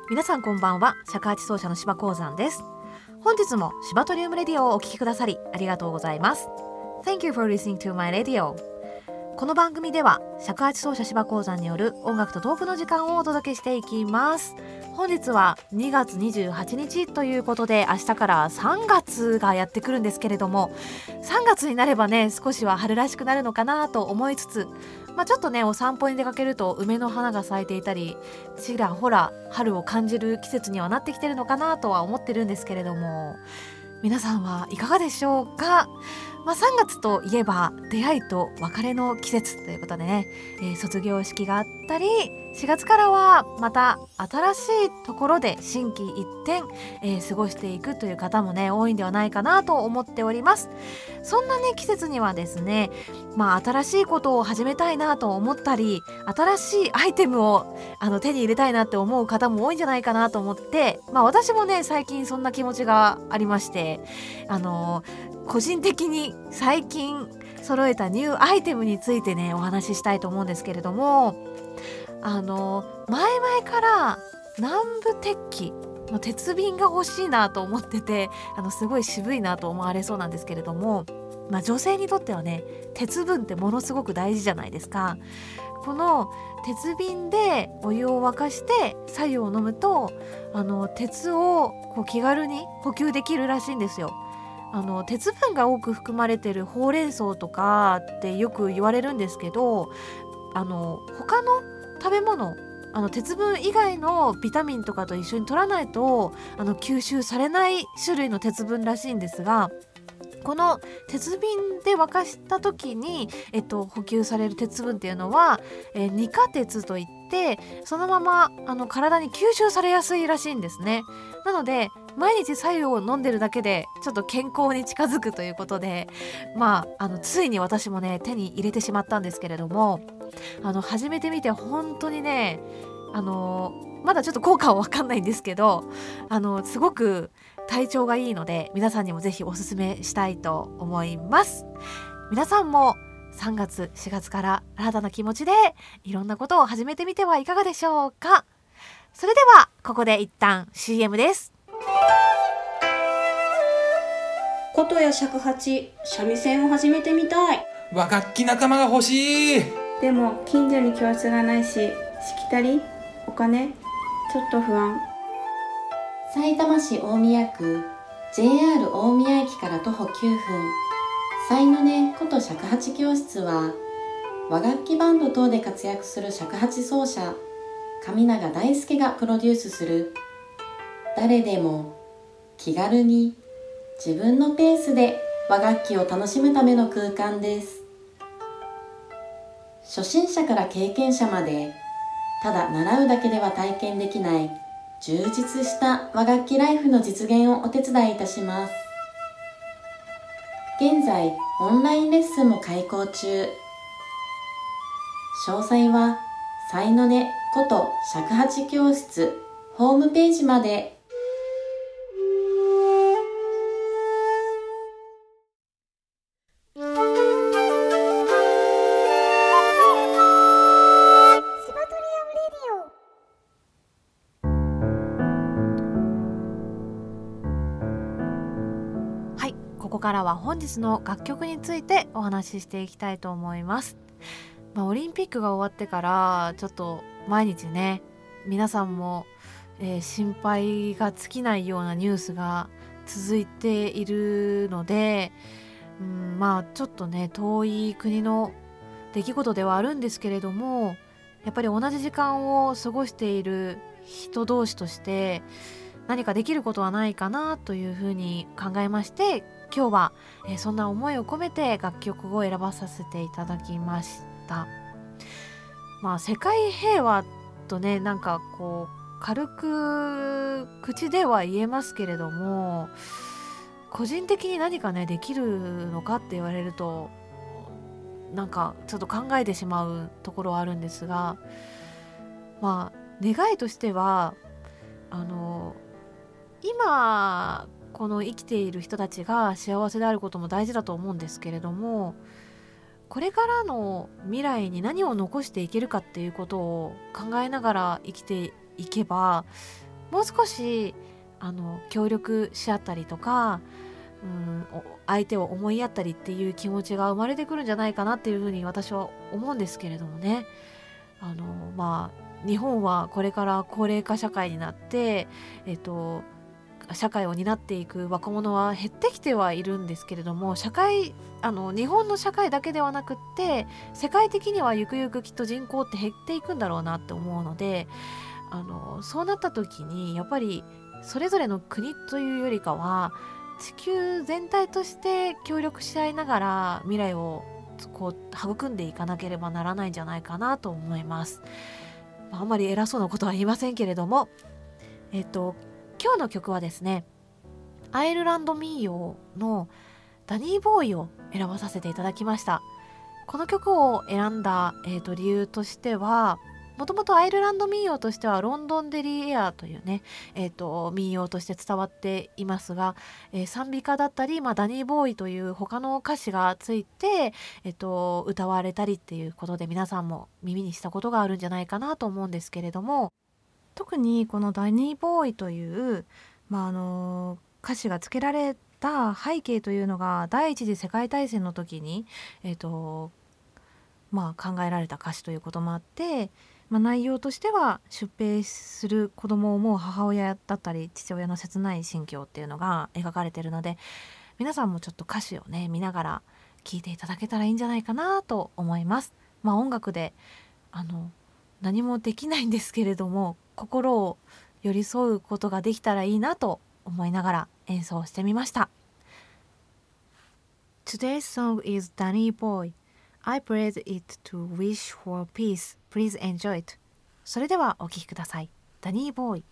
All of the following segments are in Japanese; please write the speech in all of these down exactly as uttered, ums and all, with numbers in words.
皆さんこんばんは。尺八奏者の柴鉱山です。本日もシバトリウムレディオをお聞きくださりありがとうございます。 Thank you for listening to my radio。 この番組では尺八奏者柴鉱山による音楽とトークの時間をお届けしていきます。本日はにがつにじゅうはちにちということで、明日からさんがつがやってくるんですけれども、さんがつになればね、少しは春らしくなるのかなと思いつつ、まあ、ちょっとねお散歩に出かけると梅の花が咲いていたり、ちらほら春を感じる季節にはなってきてるのかなとは思ってるんですけれども、皆さんはいかがでしょうか。まあ、さんがつといえば出会いと別れの季節ということでね、えー、卒業式があったり、しがつからはまた新しいところで心機一転、えー、過ごしていくという方もね多いんではないかなと思っております。そんなね季節にはですね、まあ新しいことを始めたいなと思ったり、新しいアイテムをあの手に入れたいなって思う方も多いんじゃないかなと思って、まあ私もね最近そんな気持ちがありまして、あのー、個人的に最近揃えたニューアイテムについてねお話ししたいと思うんですけれども、あの前々から南部鉄器の鉄瓶が欲しいなと思ってて、あのすごい渋いなと思われそうなんですけれども、まあ、女性にとってはね鉄分ってものすごく大事じゃないですか。この鉄瓶でお湯を沸かして白湯を飲むと、あの鉄をこう気軽に補給できるらしいんですよ。あの鉄分が多く含まれてるほうれん草とかってよく言われるんですけど、あの他の食べ物、あの鉄分以外のビタミンとかと一緒に取らないとあの吸収されない種類の鉄分らしいんですが、この鉄瓶で沸かした時に、えっと、補給される鉄分っていうのは、えー、二価鉄といってそのままあの体に吸収されやすいらしいんですね。なので毎日白湯を飲んでるだけでちょっと健康に近づくということで、まあ、あのついに私もね手に入れてしまったんですけれども、あの始めてみて本当にね、あのまだちょっと効果は分かんないんですけど、あのすごく体調がいいので皆さんにもぜひおすすめしたいと思います。皆さんもさんがつしがつから新たな気持ちでいろんなことを始めてみてはいかがでしょうか。それではここで一旦 シーエム です。 琴や尺八、三味線を始めてみたい。 和楽器仲間が欲しい。 でも近所に教室がないし、しきたり、お金、ちょっと不安。 さいたま市大宮区 ジェイアール 大宮駅から徒歩きゅうふん、才の音こと尺八教室は和楽器バンド等で活躍する尺八奏者上永大輔がプロデュースする、誰でも気軽に自分のペースで和楽器を楽しむための空間です。初心者から経験者まで、ただ習うだけでは体験できない充実した和楽器ライフの実現をお手伝いいたします。現在オンラインレッスンも開講中。詳細は才の音こと尺八教室ホームページまで。 ここからは本日の楽曲についてお話ししていきたいと思います。まあ、オリンピックが終わってからちょっと毎日ね皆さんも、えー、心配が尽きないようなニュースが続いているので、うん、まあちょっとね遠い国の出来事ではあるんですけれども、やっぱり同じ時間を過ごしている人同士として何かできることはないかなというふうに考えまして、今日は、えー、そんな思いを込めて楽曲を選ばさせていただきました。まあ世界平和とねなんかこう軽く口では言えますけれども、個人的に何かねできるのかって言われるとなんかちょっと考えてしまうところはあるんですが、まあ願いとしてはあの今この生きている人たちが幸せであることも大事だと思うんですけれども、これからの未来に何を残していけるかっていうことを考えながら生きていけば、 もう少しあの協力し合ったりとか、うん、相手を思いやったりっていう気持ちが生まれてくるんじゃないかなっていうふうに私は思うんですけれどもね。あのまあ日本はこれから高齢化社会になって、えっと社会を担っていく若者は減ってきてはいるんですけれども、社会あの日本の社会だけではなくって世界的にはゆくゆくきっと人口って減っていくんだろうなって思うので、あのそうなった時にやっぱりそれぞれの国というよりかは地球全体として協力し合いながら未来をこう育んでいかなければならないんじゃないかなと思います。あんまり偉そうなことは言いませんけれども、えっと今日の曲はですね、アイルランド民謡のダニーボーイを選ばさせていただきました。この曲を選んだ、えーと、理由としては、もともとアイルランド民謡としてはロンドンデリーエアーというね、えーと、民謡として伝わっていますが、えー、賛美歌だったり、まあ、ダニーボーイという他の歌詞がついて、えーと、歌われたりっていうことで皆さんも耳にしたことがあるんじゃないかなと思うんですけれども、特にこのダニーボーイという、まあ、あの歌詞がつけられた背景というのが第一次世界大戦の時に、えーとまあ、考えられた歌詞ということもあって、まあ、内容としては出兵する子供を思う母親だったり父親の切ない心境っていうのが描かれているので、皆さんもちょっと歌詞をね見ながら聴いていただけたらいいんじゃないかなと思います。まあ、音楽であの何もできないんですけれども、心を寄り添うことができたらいいなと思いながら演奏してみました。 Today's song is Danny Boy. I played it to wish for peace. Please enjoy it. それではお聴きください。ダニーボーイ。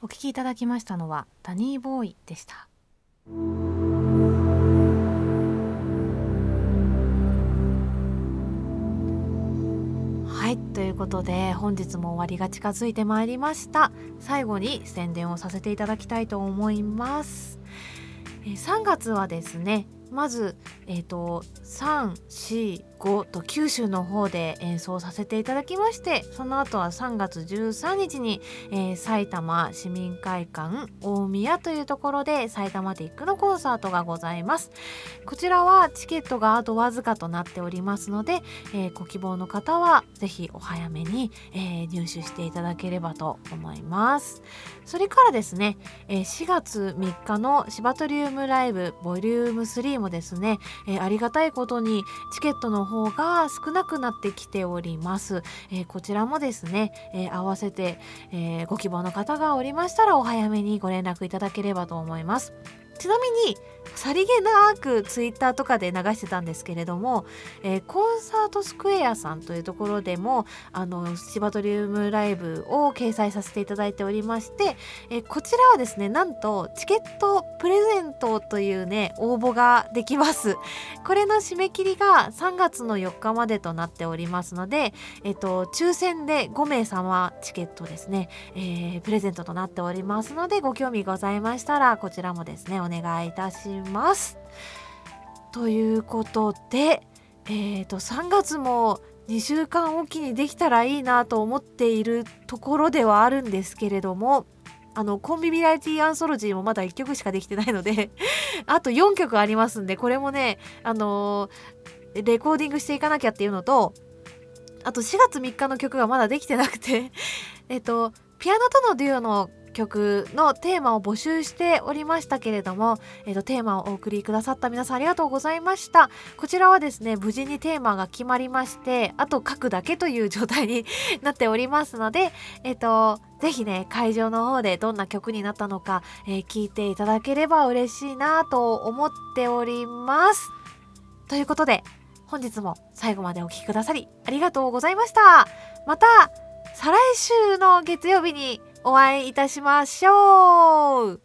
お聴きいただきましたのはタニーボーイでした。はい、ということで本日も終わりが近づいてまいりました。最後に宣伝をさせていただきたいと思います。えさんがつはですね、まず、えーと、さん、よん、ごと九州の方で演奏させていただきまして、その後はさんがつじゅうさんにちに、えー、埼玉市民会館大宮というところで埼玉ティックのコンサートがございます。こちらはチケットがあとわずかとなっておりますので、えー、ご希望の方はぜひお早めに、えー、入手していただければと思います。それからですね、えー、しがつみっかのシバトリウムライブボリュームスリーもですね、えー、ありがたいことにチケットの方が少なくなってきております。えー、こちらもですね、えー、合わせて、えー、ご希望の方がおりましたらお早めにご連絡いただければと思います。ちなみにさりげなくツイッターとかで流してたんですけれども、えー、コンサートスクエアさんというところでもあのシバトリウムライブを掲載させていただいておりまして、えー、こちらはですね、なんとチケットプレゼントというね応募ができます。これの締め切りがさんがつのよっかまでとなっておりますので、えっと、抽選でごめいさまチケットですね、えー、プレゼントとなっておりますので、ご興味ございましたらこちらもですねお願いいたします。ということで、えーと、さんがつもにしゅうかんおきにできたらいいなと思っているところではあるんですけれども、あのコンビビラリティアンソロジーもまだいっきょくしかできてないのであとよんきょくありますんで、これもね、あのー、レコーディングしていかなきゃっていうのと、あとしがつみっかの曲がまだできてなくてえっとピアノとのデュオの曲のテーマを募集しておりましたけれども、えーと、テーマをお送りくださった皆さんありがとうございました。こちらはですね無事にテーマが決まりまして、あと書くだけという状態になっておりますので、えーとぜひね会場の方でどんな曲になったのか、えー、聞いていただければ嬉しいなと思っております。ということで本日も最後までお聴きくださりありがとうございました。また再来週の月曜日にお会いいたしましょう。